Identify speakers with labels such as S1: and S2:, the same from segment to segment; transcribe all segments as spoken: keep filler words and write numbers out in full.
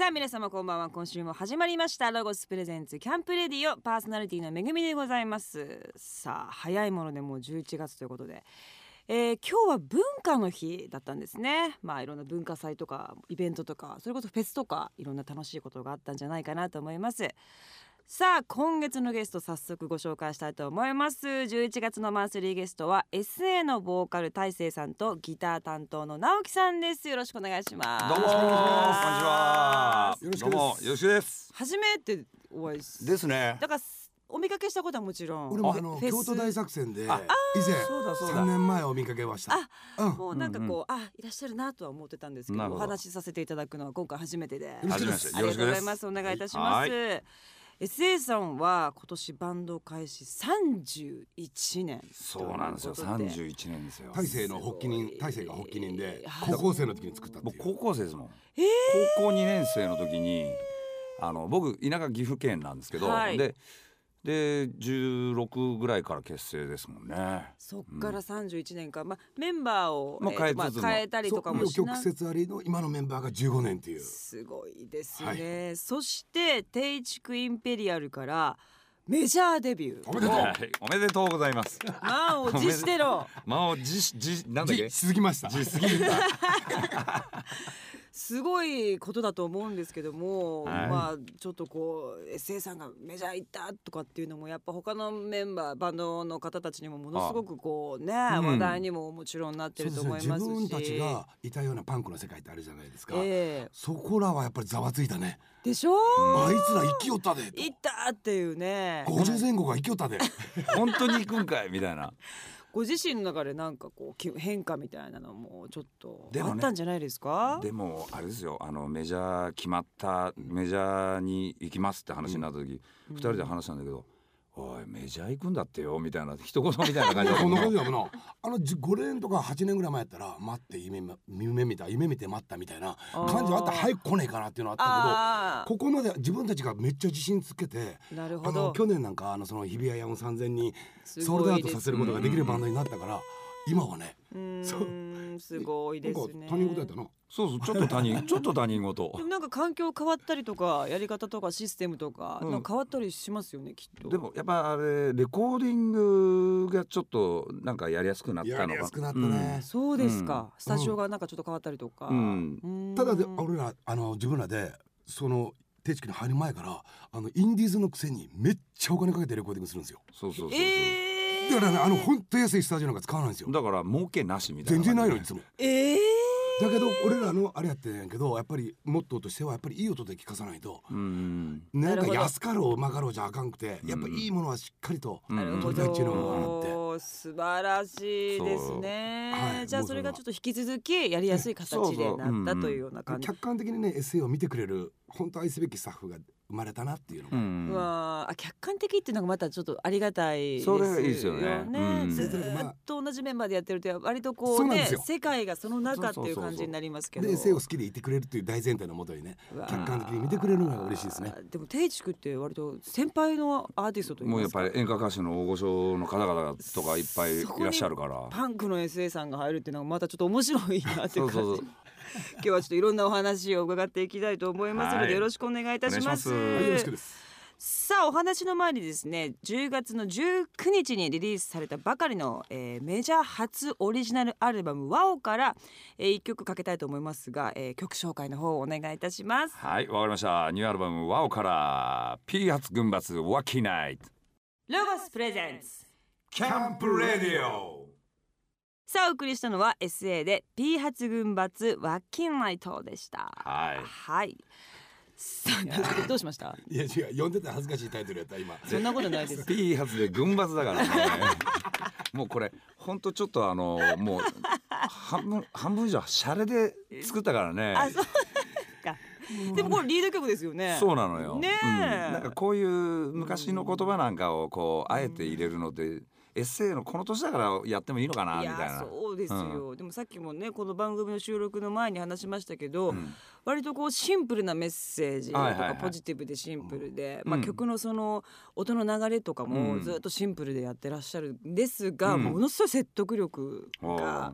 S1: さあ皆様こんばんは。今週も始まりましたロゴスプレゼンツキャンプレディオ、パーソナリティのめぐみでございます。さあ早いものでもうじゅういちがつということで、えー、今日は文化の日だったんですね。まあいろんな文化祭とかイベントとか、それこそフェスとかいろんな楽しいことがあったんじゃないかなと思います。さあ今月のゲスト早速ご紹介したいと思います。じゅういちがつのマンスリーゲストは エスエー のボーカル大成さんとギター担当の直樹さんです。よろしくお願いします。
S2: どうもこんにちは。
S3: よろしくです。
S2: どうもよろしくです。
S1: 初めてお会いす
S2: ですね。
S1: だからお見かけしたことはもちろん、
S3: 俺もあの
S1: フェス
S3: 京都大作戦で以
S1: あ
S3: 前
S1: そうだそうだ
S3: さんねんまえお見かけました。
S1: あ、
S3: うん、
S1: もうなんかこう、
S2: うんうん、
S1: あいらっしゃるなとは思ってたんですけど、お
S2: なるほど
S1: 話しさせていただくのは今回初めてで、
S2: 初めまして
S1: ありがとうございます。
S2: よろしくです。
S1: お願いいたします。
S2: は
S1: エスエー さんは今年バンド開始さんじゅういちねん。
S2: そうなんですよ。さんじゅういちねんですよ。
S3: 大成の発起人、大成が発起人で
S1: はい
S3: 高校生の時に作ったっていう。
S2: 僕高校生ですもん。
S1: えー、
S2: 高校にねん生の時にあの僕田舎岐阜県なんですけど、
S1: はい
S2: ででじゅうろくぐらいから結成ですもんね。
S1: そっからさんじゅういちねんか、うんまあ、メンバーを、
S2: まあ
S1: えーと
S2: 変えつつも
S1: まあ変えたりとかもしな
S3: 曲折ありの今のメンバーがじゅうごねんっていう。
S1: すごいですね、
S3: はい、
S1: そしてテイチクインペリアルからメジャーデビュー。
S3: おめでとう。
S2: はい、おめでとうございます。
S1: 満を持してろ
S2: 満を持し持なんだっけ
S3: しすぎました。
S2: 持すぎた。
S1: すごいことだと思うんですけども、
S2: はい、
S1: まあちょっとこう エスエー さんがメジャー行ったとかっていうのもやっぱ他のメンバーバンドの方たちにもものすごくこうね、うん、話題にももちろんなってると思いますし、
S3: そうですね、自分たちがいたようなパンクの世界ってあるじゃないですか、
S1: えー、
S3: そこらはやっぱりざわついたね。
S1: でしょ、
S3: あいつら生きよったで
S1: 行ったっていうね、
S3: ごじゅうぜん後が生きよったで
S2: 本当に行くんかいみたいな。
S1: ご自身の中でなんかこう変化みたいなのもちょっとあったんじゃないですか。
S2: でも、ね、でもあれですよ、あのメジャー決まったメジャーに行きますって話になった時、うん、ふたりで話したんだけど、おいメジャー行くんだってよみたいな一言みたいな感じだ
S3: こんな感じだもんな。あのごねんとかはちねんぐらい前やったら待って夢夢見た夢見て待ったみたいな感じはあったら早く来ねえかなっていうのはあったけど、ここまで自分たちがめっちゃ自信つけて、
S1: なるほど、
S3: あの去年なんかあのその日比谷野音さんぜんにソールドアウトさせることができるバンドになったから、今はね、
S1: うーんすごいですね。
S3: なんか他人事やったな。
S2: そうそう、ちょっと他人ちょっと他人事。
S1: でもなんか環境変わったりとかやり方とかシステムとか、うん、なんか変わったりしますよねきっと。
S2: でもやっぱあれレコーディングがちょっとなんかやりやすくなったのか。
S3: やりやすくなったね、
S1: うん、そうですか、うん、スタジオがなんかちょっと変わったりとか、うん、
S3: ただで俺らあの自分らでその定期に入る前からあのインディーズのくせにめっちゃお金かけてレコーディングするんですよ。
S2: そうそうそうそう、
S1: えー、
S3: だからね、あの本当安いスタジオなんか使わないんですよ。
S2: だから儲けなしみたいな。
S3: 全然ないのいつも。
S1: えー
S3: だけど俺らのあれやってんやけど、やっぱりモットーとしてはやっぱりいい音で聞かさないと、うん、なんか安かろうまかろうじゃあかんくて、やっぱいいものはしっかりと取りたいっていうのがあって、
S1: 素晴らしいですね、はい、じゃあそれがちょっと引き続きやりやすい形でなったというような感じ。
S3: 客観的にね エスエー を見てくれる本当愛すべきスタッフが生まれたなっていうのが、うん、
S1: うわあ客観的っていうのがまたちょっとありがたいですよね。
S2: それがいいですよね、
S1: うん、ずっと同じメンバーでやってると割とこうね世界がその中っていう感じになりますけど、
S3: で エスエー を好きでいてくれるっていう大前提のもとにね客観的に見てくれるのが嬉しいですね。
S1: でもテイチクって割と先輩のアーティストといいますか、
S2: もうやっぱり演歌歌手の大御所の方々とかいっぱいいらっしゃるから、
S1: パンクの エスエー さんが入るっていうのがまたちょっと面白いなっていう感じ。
S2: そうそうそう
S1: 今日はちょっといろんなお話を伺っていきたいと思いますので、はい、よろしくお願いいたします。
S3: はい、よろしくです。
S1: さあお話の前にですね、じゅうがつのじゅうくにちにリリースされたばかりの、えー、メジャー初オリジナルアルバムワオから、えー、いっきょくかけたいと思いますが、えー、曲紹介の方をお願いいたします。
S2: はい、わかりました。ニューアルバムワオから P 発群抜ワッキーナイト、
S1: ロゴスプレゼンツ
S3: キャンプレディオ。
S1: さあお送りしたのは エスエー で P 発群抜ワッキーナイトでした。
S2: はい、
S1: はい、さあどうしました？
S3: いや違う、読んでた恥ずかしいタイトルやった今。
S1: そんなことないです。
S2: P 発で群抜だからねもうこれほんとちょっとあのもう半分半分以上シャレで作ったからね。
S1: あ、そうですか。でもこれリード曲ですよね。
S2: そうなのよ、
S1: ねえ、
S2: うん、なんかこういう昔の言葉なんかをこうあえて入れるので、エッセイのこの年だからやってもいいのかなみたいな。
S1: いやそうですよ、うん、でもさっきもねこの番組の収録の前に話しましたけど、うん、割とこうシンプルなメッセージとかポジティブでシンプルで、まあ、曲のその音の流れとかもずっとシンプルでやってらっしゃるんですが、うん、ものすごい説得力が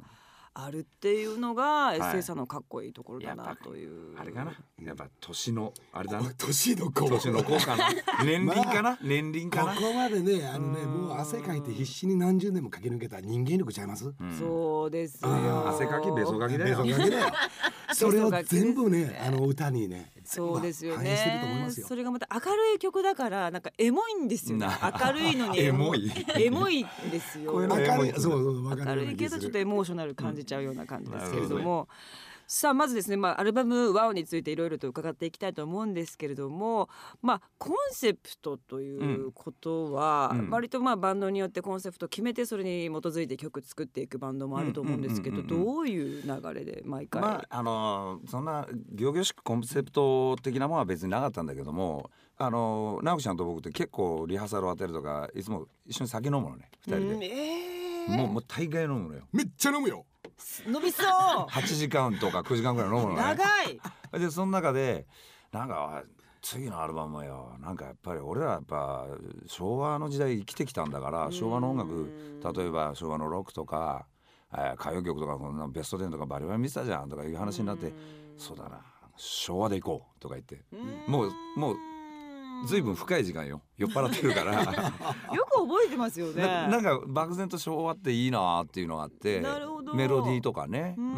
S1: あるっていうのが エスエー さんのかっこいいところだなという、
S2: あれかな、やっぱ年のあれだな、
S3: 年の子
S2: 年の子かな年輪かな、まあ、年輪かな。
S3: ここまでねあのねもう汗かいて必死に何十年も駆け抜けた人間力ちゃいます、うん、
S1: そうですよ。
S2: 汗かきべそかきだよ。
S3: べそかきだよそれを全部ねあの歌にね
S1: そうですよね、
S3: まあ、反映してると思いますよ。
S1: それがまた明るい曲だからなんかエモいんですよね。明るいのに
S2: エモい
S1: エモいですよ。
S3: 明るい、そうそう
S1: 明るいけどちょっとエモーショナル感じちゃうような感じですけれども、うん、さあまずですね、まあ、アルバムワオについていろいろと伺っていきたいと思うんですけれども、まあ、コンセプトということは、うん、割とまあバンドによってコンセプトを決めてそれに基づいて曲作っていくバンドもあると思うんですけど、どういう流れで毎回、
S2: まあ、あのそんな仰々しくコンセプト的なものは別になかったんだけども、あの直樹ちゃんと僕って結構リハーサルを当てるとかいつも一緒に酒飲むのねふたりで、うんえー、もうもう大概飲むのよ。
S3: めっちゃ飲むよ。
S1: 飲みそう
S2: はちじかんとかくじかんぐらい飲むのね。
S1: 長い
S2: でその中でなんか次のアルバムはよなんかやっぱり俺らやっぱ昭和の時代生きてきたんだから昭和の音楽例えば昭和のロックとか、えー、歌謡曲とかこんなベストテンとかバリバリ見てたじゃんとかいう話になってそうだな昭和で行こうとか言ってもうもうずいぶん深い時間よ酔っ払ってるからよく
S1: 覚えてますよね。
S2: な, なんか漠然と昭和っていいなっていうのがあってメロディーとかね、うん、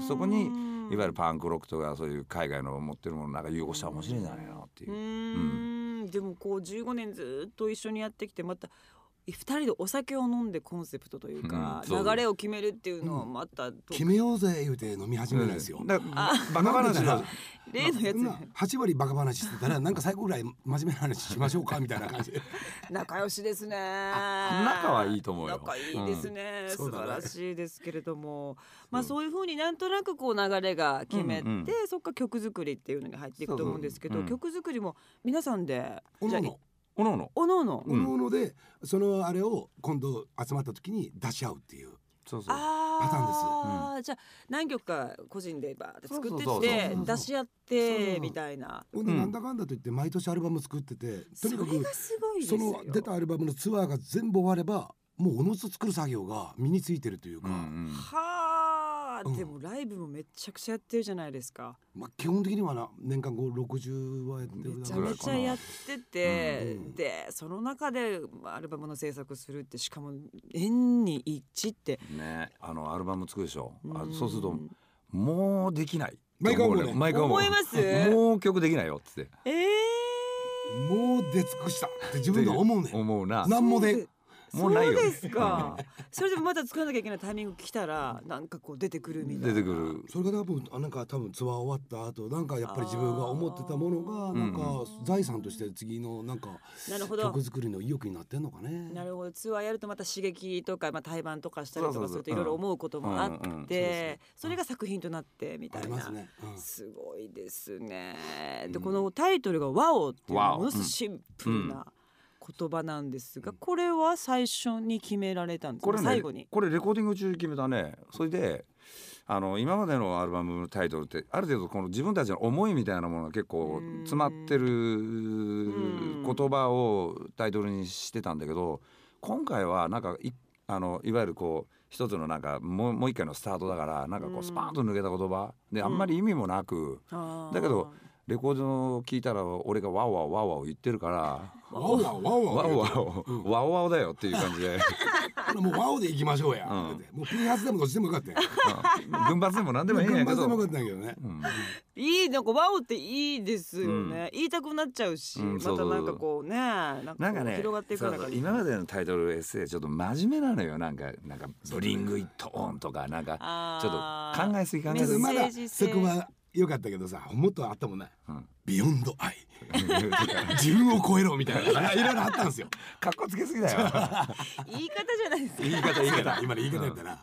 S2: そこにいわゆるパンクロックとかそういう海外の持ってるものなんか融合したら面白いんじゃないかなっていう。
S1: うーん、うん、でもこうじゅうごねんずっと一緒にやってきてまたふたりでお酒を飲んでコンセプトというか、うん、流れを決めるっていうのはまた、うん、
S3: 決めようぜ言うて飲み始めないですよ、うん、
S2: だバカ話の
S1: 例のやつ、ま、
S3: はち割バカ話してたらなんか最後ぐらい真面目な話しましょうかみたいな感じで
S1: 仲良しですね。
S2: 仲はいいと思うよ。
S1: 仲いいですね、うん、素晴らしいですけれども、まあ、そういう風になんとなくこう流れが決めて、うんうん、そっから曲作りっていうのに入っていくと思うんですけど、そうそう、うん、曲作りも皆さんで
S3: じゃあ
S2: おのおの
S1: おのおの
S3: おのおのでそのあれを今度集まった時に出し合うっていう
S2: そうそう
S1: パ
S3: ターンです、
S1: うん、じゃあ何曲か個人でバーって作ってって出し合ってみたいな。
S3: ほんでなんだかんだと言って毎年アルバム作ってて、とにかくその出たアルバムのツアーが全部終わればもうおのずと作る作業が身についてるというか、うんうん、
S1: はあ、うん、でもライブもめちゃくちゃやってるじゃないですか。
S3: まあ、基本的にはな年間ろくじゅうはやってる
S1: めちゃめちゃやってて、うんうん、でその中でアルバムの制作するってしかも年に一って
S2: ね、あのアルバム作るでしょ、うん、あそうするともうできない
S3: 毎回思うね
S1: 毎回思う思います
S2: もう曲できないよって
S1: え
S3: ー、もう出尽くしたって自分で思うね
S2: 思うな
S3: なんもで
S2: もうないよ。
S1: そうですかそれでもまた作らなきゃいけないタイミング来たらなんかこう出てくるみたいな。
S2: 出てくる。
S3: それが多分なんか多分ツアー終わった後なんかやっぱり自分が思ってたものがなんか財産として次のなんか曲作りの意欲になってんのかね。
S1: なるほど。ツアーやるとまた刺激とかまあ対バンとかしたりとかするといろいろ思うこともあってそれが作品となってみたいな。ありますね、うん、すごいですね。でこのタイトルがワオっていうものすごいシンプルな、うん言葉なんですが、これは最初に決められたんですか？これ、ね、最後に
S2: これレコーディング中に決めたね。それであの今までのアルバムのタイトルってある程度この自分たちの思いみたいなものが結構詰まってる言葉をタイトルにしてたんだけど、今回はなんか い, あのいわゆるこう一つのなんかもう、もう一回のスタートだからなんかこうスパーンと抜けた言葉であんまり意味もなく、だけどレコードを聞いたら俺がワウワウワウワウ言ってるから
S3: ワウワウワウワウ
S2: ワウワウワウワウだよっていう感じで
S3: もうワウで行きましょうや、うん、もうピンハツでもどっちでもよかったよ、
S2: うん、群発でも何でもいいんやけど
S3: 群発でもよかったんやけどね、
S1: うん、いいなんかワウっていいですよね、うん、言いたくなっちゃうし、うん、またなんかこうねなんかこう広がっていくような感じ。
S2: 今までのタイトルエッセイちょっと真面目なのよ。なんかなんかブリングイットオンとかなんかちょっと考えすぎ考えすぎ
S3: まだそこはよかったけどさもっとあったもんね、うん、ビヨンドアイ自分を超えろみたいないろいろあったんですよ。
S2: かっこつけすぎだよ
S1: 言い方じゃないですか。
S2: 言い方言い方
S3: 今の言い方やったな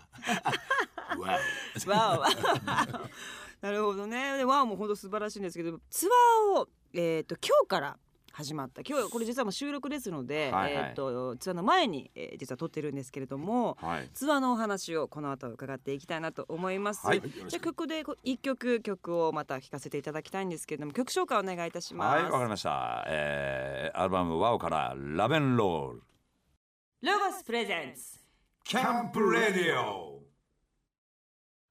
S1: わおわおなるほどね。わおも本当素晴らしいんですけどツアーを、えー、と今日から始まった今日これ実はもう収録ですので、はいはいえー、とツアーの前に、えー、実は撮ってるんですけれども、はい、ツアーのお話をこの後伺っていきたいなと思います、はい、じゃあ曲でいっきょく曲をまた聴かせていただきたいんですけれども曲紹介お願いいたします。
S2: はいわかりました、えー、アルバムワオからラベンロール
S1: ロゴスプレゼンツ
S3: キャンプレディオ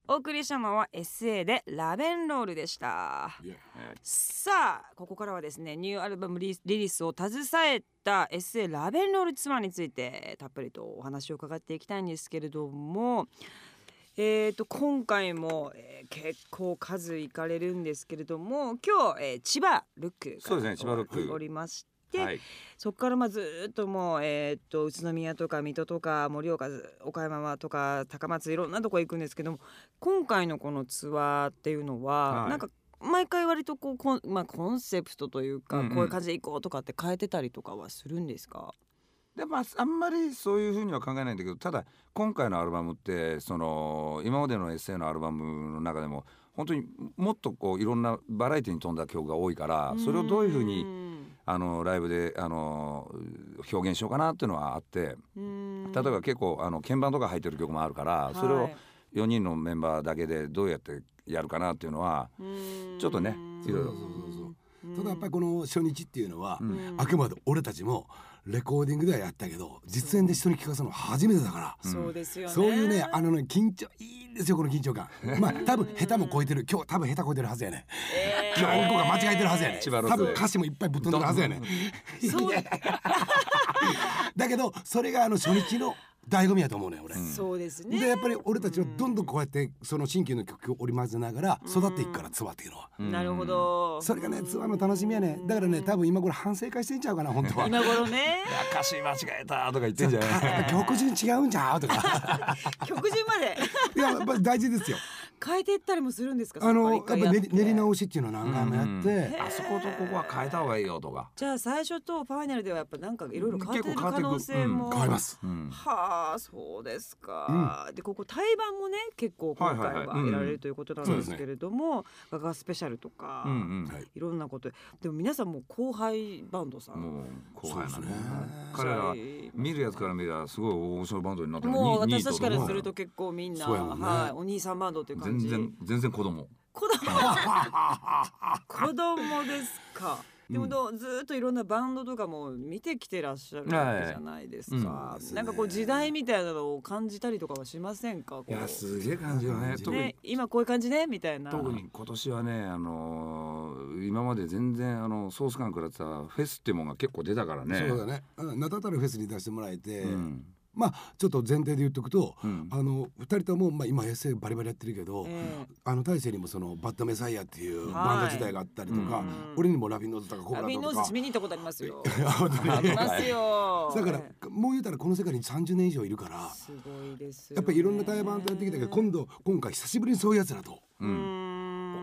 S1: お送りしたのは エスエー でラベンロールでした。さあここからはですねニューアルバムリリースを携えた エスエー ラベンロールツアーについてたっぷりとお話を伺っていきたいんですけれども、えー、と今回も、えー、結構数行かれるんですけれども今日、えー、千葉ルック
S2: そうですね、千葉ルック
S1: おりまして、はい、そこからまあずっともう、えー、と宇都宮とか水戸とか盛岡岡山とか高松いろんなとこ行くんですけども、今回のこのツアーっていうのは、はい、なんか毎回割とこうコン、まあ、コンセプトというか、うんうん、こういう感じで行こうとかって変えてたりとかはするんですか？
S2: でまあ、あんまりそういうふうには考えないんだけど、ただ今回のアルバムってその今までの エスエー のアルバムの中でも本当にもっとこういろんなバラエティに富んだ曲が多いから、それをどういうふうにあのライブであの表現しようかなっていうのはあって、例えば結構あの鍵盤とか入ってる曲もあるから、はい、それをよにんのメンバーだけでどうやってやるかなっていうのはちょっとねいろいろ。
S3: ただやっぱりこの初日っていうのは、うん、あくまで俺たちもレコーディングではやったけど実演で人に聞かせるの初めてだから、
S1: そうですよね、
S3: そういうねあのね緊張いいんですよこの緊張感まあ多分下手も超えてる、今日多分下手超えてるはずやね、えー、今日音符が間違えてるはずやね、多分歌詞もいっぱいぶっ飛んでるはずやねそうだけどそれがあの初日の醍醐味やと思うね俺、うん、
S1: そうですね。
S3: でやっぱり俺たちはどんどんこうやってその新旧の曲を織り交ぜながら育っていくから、ツアーっていうのは、
S1: うん、なるほど、
S3: それがねツアーの楽しみやね。だからね多分今頃反省会してんちゃうかな本当は
S1: 今頃ね
S2: 歌詞間違えたとか言ってんじゃない
S3: 曲順違うんちゃうとか
S1: 曲順まで
S3: いややっぱり大事ですよ。
S1: 変えていったりもするんですか？
S3: あのやっぱ練り、練り直しっていうのを何回もやって、
S2: あそことここは変えた方がいいよとか。
S1: じゃあ最初とファイナルではやっぱなんかいろいろ変わってる可能性も、
S3: うん、変わります、
S1: うん、はあそうですか、うん、でここ対バンもね結構今回は得られるということなんですけれども、ガガスペシャルとか、うんうん、いろんなことでも皆さんも後輩バンドさん、
S2: もう後輩なんね、彼ら見るやつから見ればすごい面白いバンドになってる。
S1: もう私たちからすると結構みんな、ね、はい、お兄さんバンドっていう感じ。
S2: 全然全然子供
S1: 子供子供ですか。でもどうずっといろんなバンドとかも見てきてらっしゃるわけじゃないですか、はい、うん、なんかこう時代みたいなのを感じたりとかはしませんか？
S2: いやすげえ感じるね。特にね
S1: 今こういう感じねみたいな。
S2: 特に今年はね、あのー、今まで全然あのソース感食らってたフェスっていうものが結構出たからね。
S3: そうだね、名だたるフェスに出してもらえて、うん、まあちょっと前提で言っとくと、うん、あのふたりとも、まあ、今 エスエー バリバリやってるけど、えー、あの大勢にもそのバッドメサイアっていうバンド時代があったりとか、はい、俺にもラビンノーズとかコブラとか、
S1: ラビンノーズ見に行ったことありますよありますよ。
S3: だからもう言うたらこの世界にさんじゅうねん以上いるから、
S1: すごいですよね。
S3: やっぱりいろんな対バンとやってきたけど、今度今回久しぶりにそういうやつらと、うん、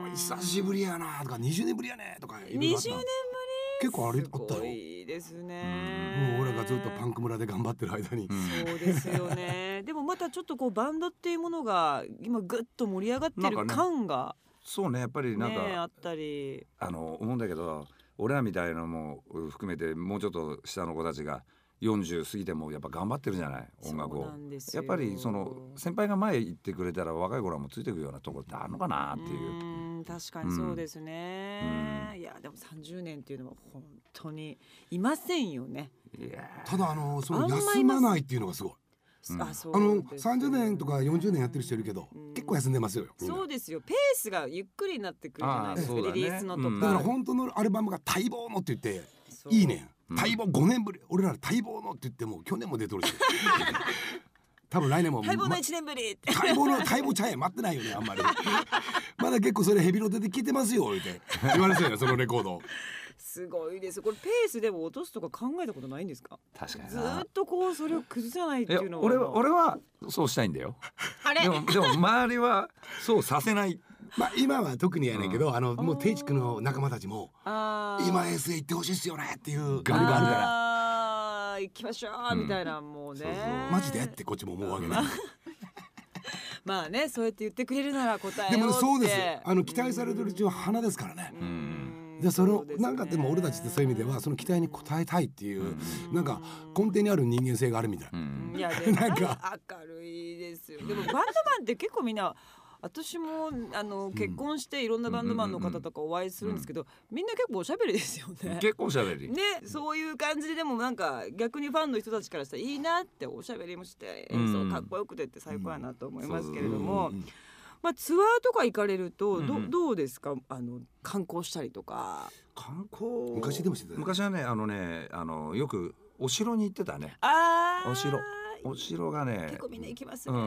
S3: 久しぶりやなとかにじゅうねんぶりやねとか
S1: にじゅうねんぶり
S3: 結構あれあったよ。
S1: すごいですね。
S3: もう俺がずっとパンク村で頑張ってる間に、
S1: うん、そうですよねでもまたちょっとこうバンドっていうものが今ぐっと盛り上がってる感が、
S2: ね、そうねやっぱりなんか、
S1: ね、あったり
S2: あの思うんだけど、俺らみたいなのも含めてもうちょっと下の子たちがよんじゅう過ぎてもやっぱ頑張ってるじゃない、音楽を。やっぱりその先輩が前行ってくれたら若い頃はもうついていくようなところってあるのかなっていう。
S1: うん、確かにそうですね、うん、いやでもさんじゅうねんっていうのは本当にいませんよね。
S3: いやただあのその休まないっていうのがすごい。うん、あ, あのさんじゅうねんとかよんじゅうねんやってる人いるけど、うん、結構休んでますよ。
S1: そうですよ、ペースがゆっくりになってくるじゃないですか、ね、リリースのとか、うん、
S3: だから本当のアルバムが待望のって言っていいねん、待望ごねんぶり、俺ら待望のって言っても去年も出とるし多分来年も
S1: 待望のいちねんぶり
S3: 待望の待望ちゃえ待ってないよねあんまりまだ結構それヘビロテで聞いてますよって言われそうやなそのレコード
S1: すごいです。これペースでも落とすとか考えたことないんですか？
S2: 確かに
S1: ずっとこうそれを崩さないっていうのは。
S2: 俺は俺はそうしたいんだよ
S1: あれ
S2: でもでも周りはそうさせない
S3: まあ今は特にやねんけど、うん、あのもう定地区の仲間たちも今 エスエー 行ってほしいっすよねっていうガルがあるから
S1: 行きましょうみたいな、うん、もうねそうそう
S3: マジでってこっちも思うわけだ
S1: まあねそうやって言ってくれるなら答えようって。
S3: でも、ね、そうですあの期待されてるうちは花ですからね、うんでそのね、なんかでも俺たちってそういう意味ではその期待に応えたいっていう、うん、なんか根底にある人間性があるみたいな、うん、
S1: いやでもなんか明るいですよ。でもバンドマンって結構みんな私もあの結婚していろんなバンドマンの方とかお会いするんですけど、みんな結構おしゃべりですよね。
S2: 結構おしゃべり
S1: ね、そういう感じででもなんか逆にファンの人たちからしたらいいなって、おしゃべりもして演奏かっこよくてって最高やなと思いますけれども、 まあ、ツアーとか行かれると ど,、
S2: うんうん、
S1: どうですか、あの観光したりとか。
S2: 観光
S3: 昔でもしてた、ね、
S2: 昔はねあのねあのよくお城に行ってたね。
S1: あ
S2: お城お城がね
S1: 結構みんな行きますね、
S2: うん、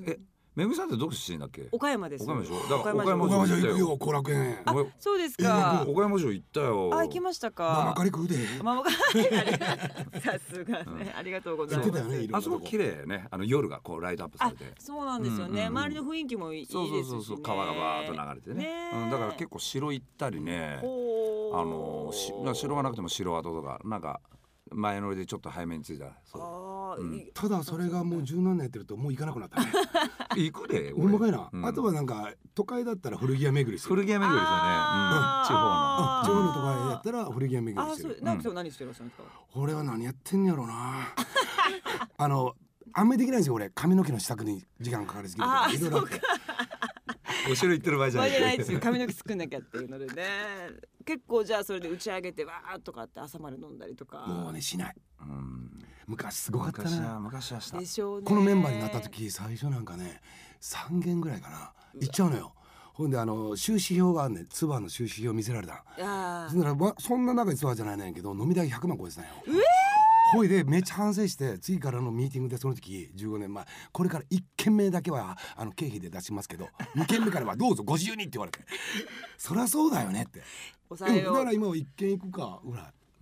S2: えめぐみさんってどこ出身だっけ？
S1: 岡山です。
S2: 岡山でしょ。だから岡
S1: 岡山
S2: 山城
S3: 岡山城行く
S2: 行ったよ。
S3: よ後楽園。
S1: あ、そうですか。
S2: 岡山城行ったよ。
S1: あ、行きましたか。
S3: ママカリ食うで。
S1: ママカリさすがね、うん、ありがとうございます。
S3: 行ってたよね、
S2: あそこ綺麗ね、あの夜がこうライトアップされて。
S1: そうなんですよね、うんうんうん、周りの雰囲気もいいですしね。
S2: そうそうそう、川がバーッと流れてね、ね、うん、だから結構城行ったりね、あのし城がなくても城跡とかなんか前乗りでちょっと早めに着いた。そう
S1: あ、
S3: うん、ただそれがもう十何年やってるともう行かなくなったね。
S2: 行くで
S3: ほんまかいな、
S2: うん、
S3: あとはなんか都会だったら古着屋巡りする。
S2: 古着屋巡りですよね、うん、地方の
S3: 地方の都会やったら古着屋巡りしてる。
S1: あ、そう、直樹さん何してるんですか？
S3: 俺は何やってんやろうなあのあんまりできないんですよ俺、髪の毛の支度に時間かかりすぎるとかいろいろあって。
S2: お城行ってる場合じゃない。
S1: ないですよ。髪の毛作んなきゃっていうのでね。結構じゃあそれで打ち上げてわーっとかって朝まで飲んだりとか。
S3: もうねしない。うん、昔すごかった
S2: な。昔はした
S1: でしょうね。
S3: このメンバーになった時最初なんかねさんげんぐらいかな行っちゃうのよ。ほんであの収支表があんねん、ツアーの収支表見せられた。そんならそんな長いツアーじゃないねんけど飲み代ひゃくまん超えてたんよ。えーほいでめっちゃ反省して次からのミーティングでその時じゅうごねんまえこれからいっけんめだけはあの経費で出しますけどにけんめからはどうぞご自由にって言われてそりゃそうだよねって
S1: 抑えよう。
S3: だから今はいっけん行くかぐらい。
S2: うん、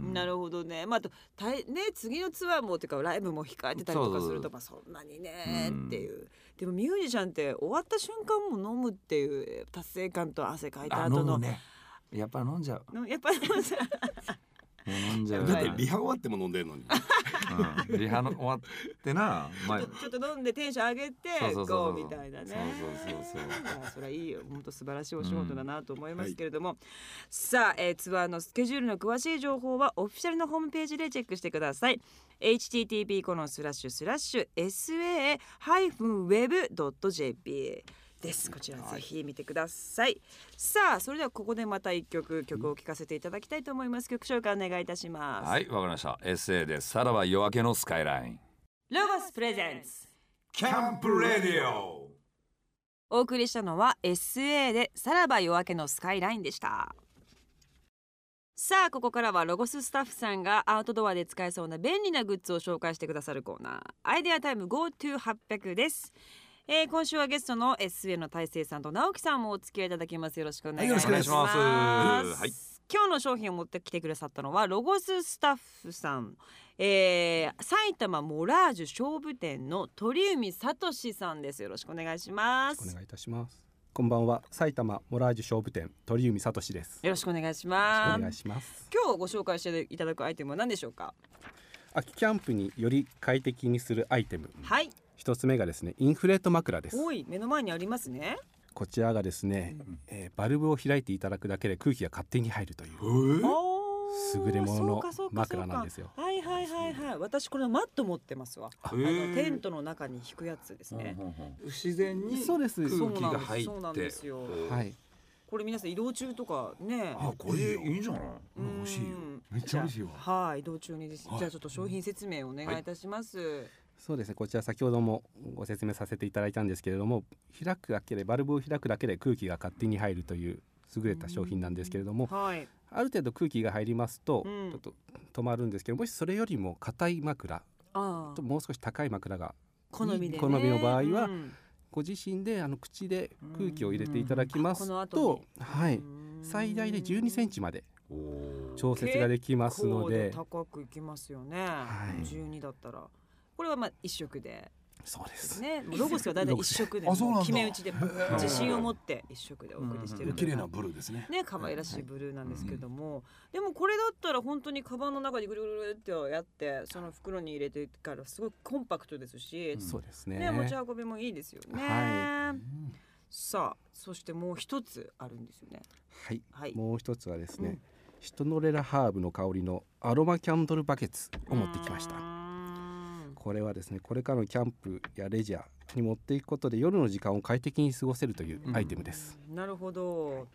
S1: なるほどね。まあ、あとたね次のツアーもっていうかライブも控えてたりとかするとまあそんなにねっていう、うん、でもミュージシャンって終わった瞬間も飲むっていう達成感と汗かいた後の、
S2: ね、やっぱ飲んじゃう。
S1: やっぱり飲んじゃう
S2: 飲んじゃう。
S3: だってリハ終わっても飲んでんのに、
S2: うん、リハの終わってな、
S1: まあ、ちょっとちょっと飲んでテンション上げてこうみたいなね。
S2: そうそうそうそう
S1: それはいいよ、本当素晴らしいお仕事だなと思いますけれども、うん、はい、さあ、えー、ツアーのスケジュールの詳しい情報はオフィシャルのホームページでチェックしてください。 エイチティーティーピー コロンスラッシュスラッシュ エスエー ハイフン ウェブ ドット ジェーピー です。こちらぜひ見てください、はい、さあそれではここでまた一曲曲を聴かせていただきたいと思います。曲紹介お願いいたします。
S2: はい、わかりました。 エスエー でさらば夜明けのスカイライン。
S1: ロゴスプレゼンツ
S2: キャンプレディオ。
S1: お送りしたのは エスエー でさらば夜明けのスカイラインでした。さあここからはロゴススタッフさんがアウトドアで使えそうな便利なグッズを紹介してくださるコーナー、アイデアタイム ゴートゥーはっぴゃく です。えー、今週はゲストの エスエー の大成さんと直樹さんもお付き合いいただきます。よろしくお願いします。
S2: はい、よろしくお願いします。はい、
S1: 今日の商品を持ってきてくださったのはロゴススタッフさん、えー、埼玉モラージュ勝負店の鳥海聡さんです。よろしくお願いします。
S4: お願いいたします。こんばんは、埼玉モラージュ勝負店鳥海聡です。
S1: よろしくお願いします。
S4: お願いします。
S1: 今日ご紹介していただくアイテムは何でしょうか？
S4: 秋キャンプにより快適にするアイテム、
S1: はい、
S4: 一つ目がですねインフレート枕です。
S1: おい、目の前にありますね。
S4: こちらがですね、うん、えー、バルブを開いていただくだけで空気が勝手に入るという優れものの枕なんですよ。
S1: はいはいはいはい。私これマット持ってますわ。あのテントの中に引くやつですね。
S2: 自然に
S4: そうです。
S2: 空気が入って。
S1: そうなんですよ。
S4: はい。
S1: これ皆さん移動中とかね。
S2: あ、これいいんじゃない？
S3: 欲しいよ。めっちゃ欲しいわ。
S1: はい、移動中にです。じゃあちょっと商品説明をお願いいたします。はい、
S4: そうですね、こちら先ほどもご説明させていただいたんですけれども、開くだけでバルブを開くだけで空気が勝手に入るという優れた商品なんですけれども、はい、ある程度空気が入りますとちょっと止まるんですけど、もしそれよりも硬い枕ともう少し高い枕が
S1: 好みでね、
S4: 好みの場合は、うん、ご自身であの口で空気を入れていただきますと、はい、最大でじゅうにセンチまで調節ができますので、
S1: 結構高くいきますよね、はい、じゅうにだったらこれはまあ一色で。
S4: そうです
S1: ね。ロゴスはだいたい一色で決め打ちで自信を持って一色でお送りしてる。
S3: 綺麗なブルーですね。
S1: ね、可愛らしいブルーなんですけども、でもこれだったら本当にカバンの中にぐるぐるってやってその袋に入れてからすごいコンパクトですし、
S4: そうですね。
S1: ね、持ち運びもいいですよね。はい。さあ、そしてもう一つあるんですよね。
S4: はい。はい、もう一つはですね、シトノレラハーブの香りのアロマキャンドルバケツを持ってきました。これはですね、これからのキャンプやレジャーに持っていくことで夜の時間を快適に過ごせるというアイテムです。
S1: なるほど。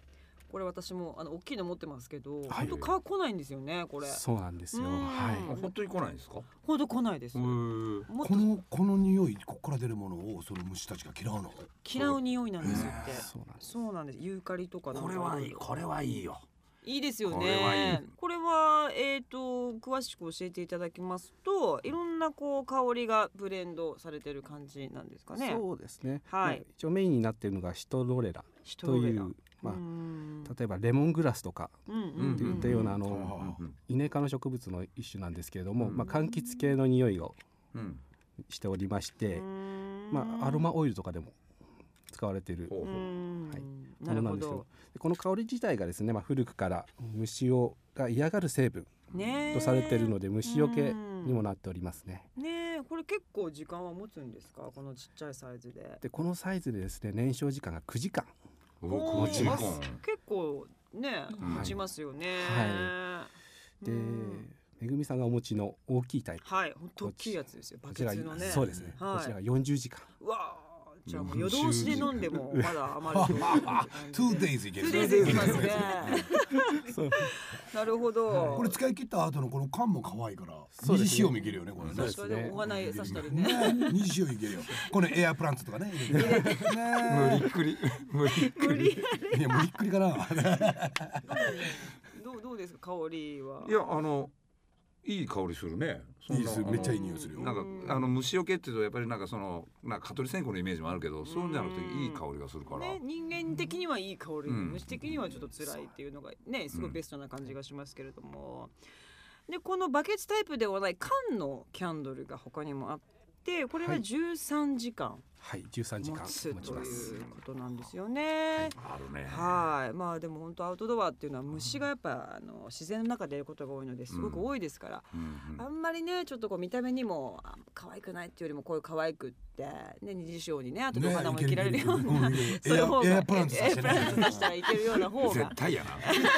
S1: これ私もあの大きいの持ってますけど、
S4: はい、
S1: 本当蚊来ないんですよねこれ。
S4: そうなんですよ。はい。
S2: 本当に来ないんですか？
S1: 本当来ないです。こ
S3: のこの匂い、ここから出るものをその虫たちが嫌うの。
S1: 嫌う匂いなんですよって。
S4: そうなんです。
S1: そうなんです。ユーカリとかなんか。
S2: これはいい、これはいいよ。
S1: いいですよね。
S2: これはいい。
S1: これはえっと詳しく教えていただきますと、いろんなこう香りがブレンドされてる感じなんですかね。
S4: そうですね。
S1: はい。
S4: 一応メインになっているのがシトロレラという、まあ例えばレモングラスとかっていったようなあのイネ科の植物の一種なんですけれども、まあ柑橘系の匂いをしておりまして、まあアロマオイルとかでも使われている、はい、ものなんですよ。この香り自体がですね、まあ、古くから虫をが嫌がる成分とされているので、虫除けにもなっておりますね。
S1: ねえ、これ結構時間は持つんですか？このちっちゃいサイズで。
S4: でこのサイズでですね、燃焼時間がくじかん
S1: 持ちます。結構ね持ちますよね。
S4: はい、でめぐみさんがお持ちの大きいタイプ、
S1: はい、本当大きいやつですよ。バケツのね。
S4: そうですね、はい、こちらがよんじゅうじかん。
S1: うわー、じゃあもう夜通しで飲んでもまだ余る。
S3: ツーデイズいける。
S1: ツーデイズいきますね。なるほど。
S3: これ使い切った後のこの缶も可愛いから二次使用もいけるよねこれね。
S1: 確かにお花さしたりね。
S3: 二次使用いけるよ。このエアプランツとかね。
S2: 無理っくり無理っくり。
S3: いや無理っくりかな。
S1: どうどうですか香りは？
S2: いやあの。いい香りするね。
S3: いいです。めっちゃいい匂いするよ。
S2: なんかあの虫除けっていうとやっぱりなんかそのなんか蚊取り線香のイメージもあるけど、そうじゃなくていい香りがするから、
S1: ね、人間的にはいい香り、うん、虫的にはちょっと辛いっていうのがねすごいベストな感じがしますけれども、うん、でこのバケツタイプではない缶のキャンドルが他にもあって、これはじゅうさんじかん、
S4: はい、じゅうさんじかん
S1: 持つということなんですよね。
S2: あるね。
S1: はい、まあでも本当アウトドアっていうのは虫がやっぱあの自然の中でいることが多いのですごく多いですから、うんうん、あんまりねちょっとこう見た目にも可愛くないっていうよりもこういう可愛くってね、二次使用にねあとでお花も生きられるような、そういう方がエアプランツさしたらいけるような方が
S2: 絶対やな。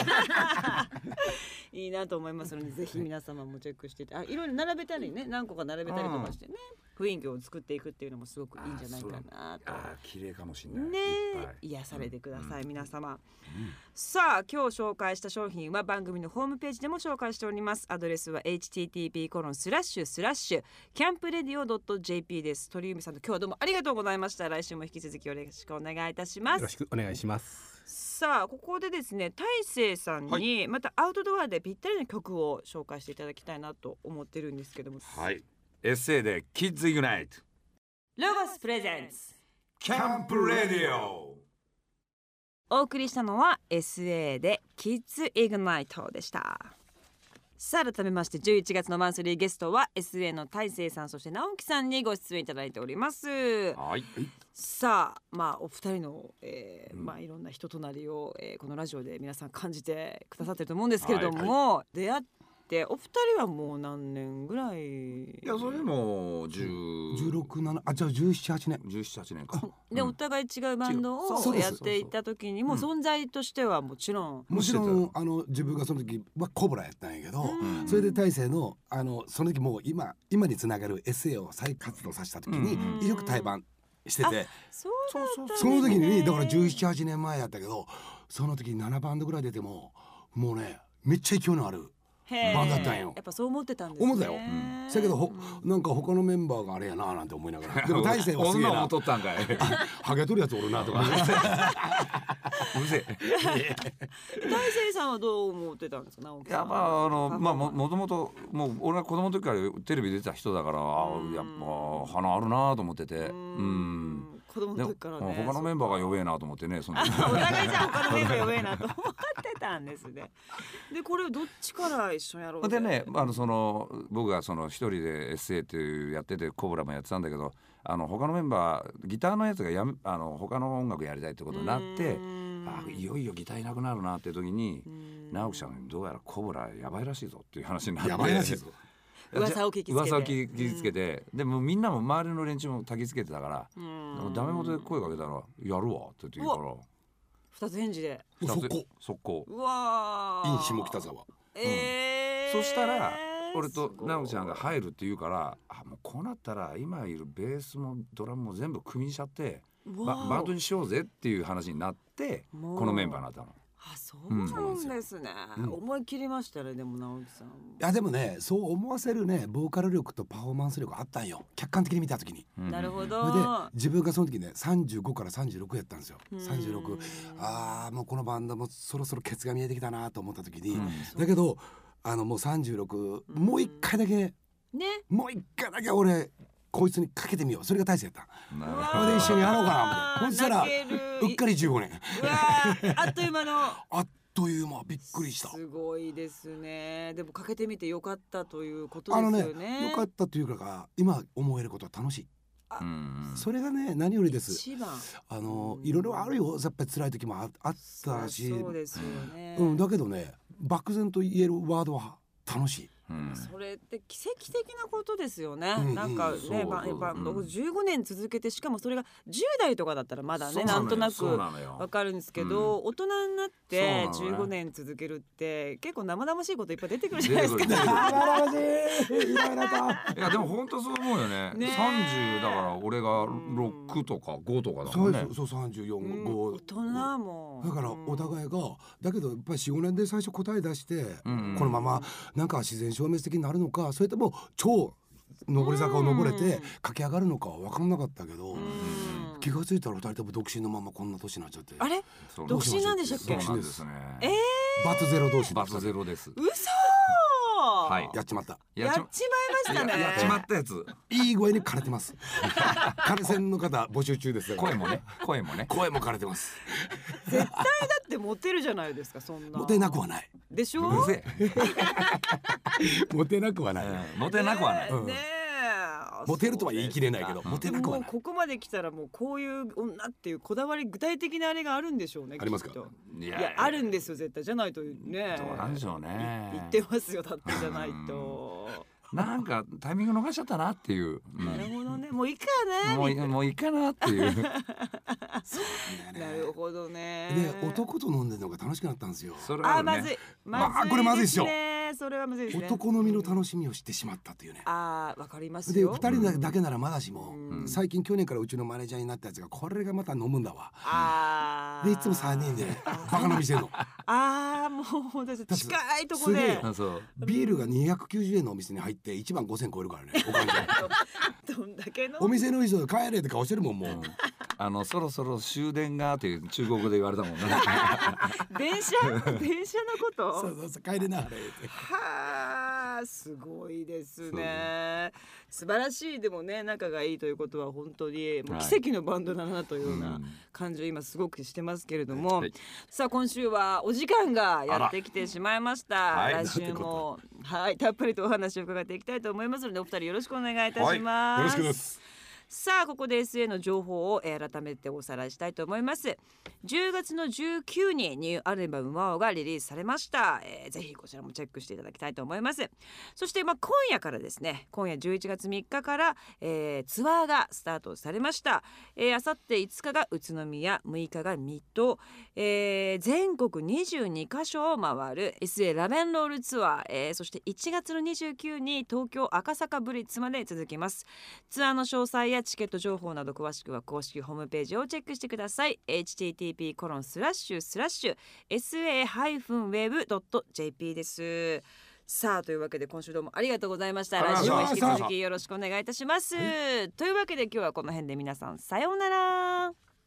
S1: いいなと思いますので、ぜひ皆様もチェックしてて、あいろいろ並べたりね、何個か並べたりとかしてね、雰囲気を作っていくっていうのもすごくいいんじゃないかなと。
S2: ああ綺麗かもしれない
S1: ね。癒されてください、うん、皆様、うん、さあ今日紹介した商品は番組のホームページでも紹介しております。アドレスは エイチティーティーピーコロンスラッシュスラッシュキャンプレディオドットジェーピー です。鳥海さんと今日はどうもありがとうございました。来週も引き続きよろしくお願いいたします。
S4: よろしくお願いします。
S1: さあここでですね、大成さんにまたアウトドアでぴったりな曲を紹介していただきたいなと思ってるんですけども、
S2: はい、エッセイでキッズイグナイト
S1: ロゴスプレゼンツ
S2: キャンプレディオ。
S1: お送りしたのは エスエー でキッズイグナイトでした。さあ改めましてじゅういちがつのマンスリーゲストは エスエー の大成さんそして直樹さんにご出演いただいております。
S2: はい、
S1: さあまあお二人の、えーうん、まあいろんな人となりを、えー、このラジオで皆さん感じてくださってると思うんですけれども、はいはい、出会ってお二人はもう何年ぐらい？
S2: いやそれもじゅう、
S3: じゅうろく、なな、あじゃあじゅうなな、はちねん
S2: じゅうなな、はちねんか
S1: で、うん、お互い違うバンドをやっていた時にも存在としてはもちろん、
S3: うん、もちろんあの自分がその時はコブラやったんやけど、うん、それで大成のあのその時もう今今につながる エスエー を再活動させた時に、うん、よく対バンしてて、
S1: そうだったんですね。
S3: その時にだからじゅうなな、はちねんまえやったけど、その時にななバンドぐらい出てももうねめっちゃ勢いのあるバンドだったんよ。
S1: やっぱそう思ってたんですね。
S3: 思ったよ。だけどほなんか他のメンバーがあれやななんて思いながら、でも大成はすげえな。
S2: 思っとったんかい。
S3: ハゲとるやつおるなとか。
S2: うるせえ。
S1: 大成さんはどう思ってたんですか。直樹さん。
S2: やっぱあのまあももともともう俺が子供の時からテレビ出てた人だから、あやっぱ花あるなと思ってて。うん。
S1: 子供の時からね。
S2: 他のメンバーが弱えなと思ってね。その
S1: お互いじゃ他のメンバー弱えなと思ってたんですね。でこれをどっちから一緒にやろう
S2: でね、あのその僕がその一人で エスエー っていうやっててコブラもやってたんだけど、あの他のメンバーギターのやつがやめあの他の音楽やりたいってことになって、あいよいよギターいなくなるなっていう時に直樹さんにどうやらコブラやばいらしいぞっていう話になって、
S3: やばいらしいぞ
S1: 噂を聞きつけて
S2: 噂を聞きつけて、でもみんなも周りの連中も焚きつけてたから、ダメ元で声かけたらやるわって言うから
S1: 二つ返事で
S3: 速攻
S2: 速攻
S1: うわ
S3: ー in 下北沢、
S1: えー
S2: うん、そしたら俺と直樹ちゃんが入るって言うから、あもうこうなったら今いるベースもドラムも全部組みにしちゃってババンドにしようぜっていう話になってこのメンバーになったの。
S1: あ、そうなんですね、うん、思い切りましたね。でも直樹さん、い
S3: やでもね、そう思わせるねボーカル力とパフォーマンス力あったんよ、客観的に見た時に、
S1: うん、なるほど。
S3: で自分がその時ねさんじゅうごからさんじゅうろくやったんですよ。さんじゅうろく、あーもうこのバンドもそろそろケツが見えてきたなと思った時に、うん、だけどあのもうさんじゅうろく、うん、もう一回だけ、ね、もう一回だけ俺こいつにかけてみよう、それが大切やった。それで一緒にやろうかな思って、そしたらうっかりじゅうごねん
S1: うわあっという間の
S3: あっという間、びっくりした。
S1: すごいですね。でもかけてみてよかったということですよね。あのね、
S3: よかったというか今思えることは楽しい。うんそれがね何よりです。
S1: 一番
S3: あのいろいろあるよ、やっぱり辛い時も あ, あったし、
S1: そうですよね、
S3: うん、だけどね漠然と言えるワードは楽しい。
S1: うん、それって奇跡的なことですよね、うんうん、なんかねバンドじゅうごねん続けて、しかもそれがじゅう代とかだったらまだねなんとなくわかるんですけど、うん、大人になってじゅうごねん続けるって結構生々しいこといっぱい出てくるじゃないですか。
S3: 生々しいいろいろと。
S2: いやでも本当そう思うよね。ねさんじゅうだから俺がろくとかごとかだもんね。
S3: そうそうさんじゅうよん、
S1: うん、
S3: ご
S1: 大人も
S3: だからお互いがだけどやっぱり よんごねんで最初答え出して、うんうん、このままなんか自然消滅的になるのか、それとも超上り坂を登れて駆け上がるのかは分かんなかったけど、気がついたらふたりとも独身のままこんな年になっちゃって。
S1: あれ独身なんでしたっけ。
S3: 独身ですね。
S1: えー、
S3: バツゼロ同士。
S2: バツゼロです。
S1: 嘘
S2: はい、
S3: やっちまった。
S1: やっちまいましたね。
S2: やっちまったやつ。
S3: いい具合に枯れてます。枯れ線の方募集中です。
S2: 声もね、声もね、
S3: 声も枯れてます。
S1: 絶対だってモテるじゃないですか、そんな。
S3: モテなくはない。
S1: でしょ。
S3: モテなくはない。
S2: モテなくはない。
S1: ね。
S3: モテるとは言い切れないけど、モテなくはない。
S1: ここまで来たらもうこういう女っていうこだわり、具体的なあれがあるんでしょうね。
S3: ありますか。
S1: いやあるんですよ絶対。じゃないとね。
S2: どうなんでしょうね。
S1: 言ってますよだってじゃないと。
S2: なんかタイミング逃しちゃったなっていう、
S1: うん、なるほどね、もういいかな
S2: もういもういいかなっていう
S1: なるほどね。
S3: で男と飲んでるのが楽しくなったんですよ。
S2: それは、ね、
S1: あまずい、まずい、
S3: まあ、これまずいですよ。
S1: それはまずいですね。
S3: 男飲みの楽しみを知ってしまったというね。
S1: ああわかりますよ。
S3: で二人だけならまだしも、うん、最近去年からうちのマネージャーになったやつがこれがまた飲むんだわ。
S1: あ
S3: でいつもさんにんでバカ飲みしてんの。
S1: ああもう本当に近いところで
S3: ビールがにひゃくきゅうじゅうえんのお店に入っていちまんごせん超えるからね。お金
S1: どんだけの
S3: お店の人帰れって顔してるもんもう。
S2: あのそろそろ終電がっていう中国語で言われたもんね。
S1: 電車電車のこと。
S3: そうそうそう帰れなはれ。
S1: はあすごいですね。素晴らしい。でもね仲がいいということは本当にもう奇跡のバンドだなというような感じを今すごくしてますけれども、はい、さあ今週はお時間がやってきてしまいました。はい、来週もはいたっぷりとお話を伺っていきたいと思いますのでお二人よろしくお願いいたします。
S3: はい、よろしくです。
S1: さあここで エスエー の情報を改めておさらいしたいと思います。じゅうがつのじゅうくにちにニューアルバムワオがリリースされました、えー、ぜひこちらもチェックしていただきたいと思います。そしてまあ今夜からですね、今夜じゅういちがつみっかから、えー、ツアーがスタートされました。あさっていつかが宇都宮、むいかが水戸、えー、全国にじゅうにかしょを回る エスエー ラベンロールツアー、えー、そしていちがつのにじゅうくにちに東京赤坂ブリッツまで続きます。ツアーの詳細やチケット情報など詳しくは公式ホームページをチェックしてください。 エイチティーティーピーコロンスラッシュスラッシュエスエー ハイフンウェブドットジェーピー です。さあというわけで今週どうもありがとうございました。来週も引き続きよろしくお願いいたします。というわけで今日はこの辺で皆さんさようなら。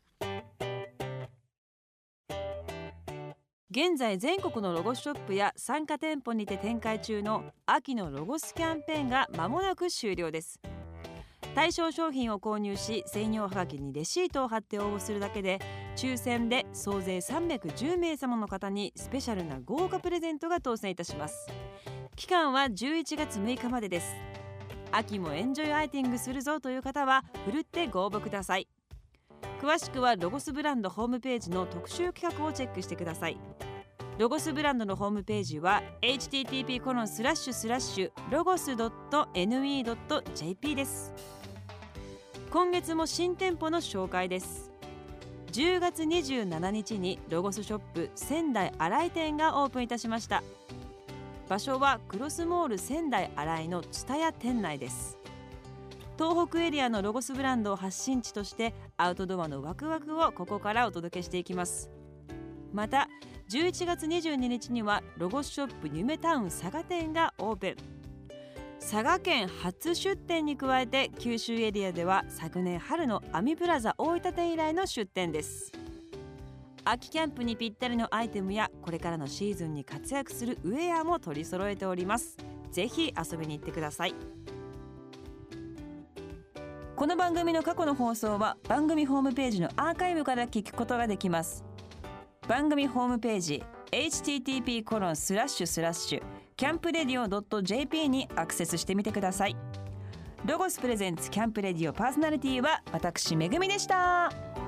S1: 現在全国のロゴスショップや参加店舗にて展開中の秋のロゴスキャンペーンが間もなく終了です。対象商品を購入し専用はがきにレシートを貼って応募するだけで抽選で総勢さんびゃくじゅうめいさまの方にスペシャルな豪華プレゼントが当選いたします。期間はじゅういちがつむいかまでです。秋もエンジョイアイティングするぞという方はふるってご応募ください。詳しくはロゴスブランドホームページの特集企画をチェックしてください。ロゴスブランドのホームページは エイチティーティーピーコロンスラッシュスラッシュロゴスドットエヌイードットジェーピー です。今月も新店舗の紹介です。じゅうがつにじゅうしちにちにロゴスショップ仙台新井店がオープンいたしました。場所はクロスモール仙台新井の蔦屋店内です。東北エリアのロゴスブランドを発信地としてアウトドアのワクワクをここからお届けしていきます。またじゅういちがつにじゅうににちにはロゴスショップ夢タウン佐賀店がオープン。佐賀県初出店に加えて九州エリアでは昨年春のアミプラザ大分店以来の出店です。秋キャンプにぴったりのアイテムやこれからのシーズンに活躍するウェアも取り揃えております。ぜひ遊びに行ってください。この番組の過去の放送は番組ホームページのアーカイブから聞くことができます。番組ホームページ エイチティーティーピーコロンスラッシュスラッシュキャンプレディオ ドットジェーピー にアクセスしてみてください。ロゴスプレゼンツキャンプレディオパーソナリティは私めぐみでした。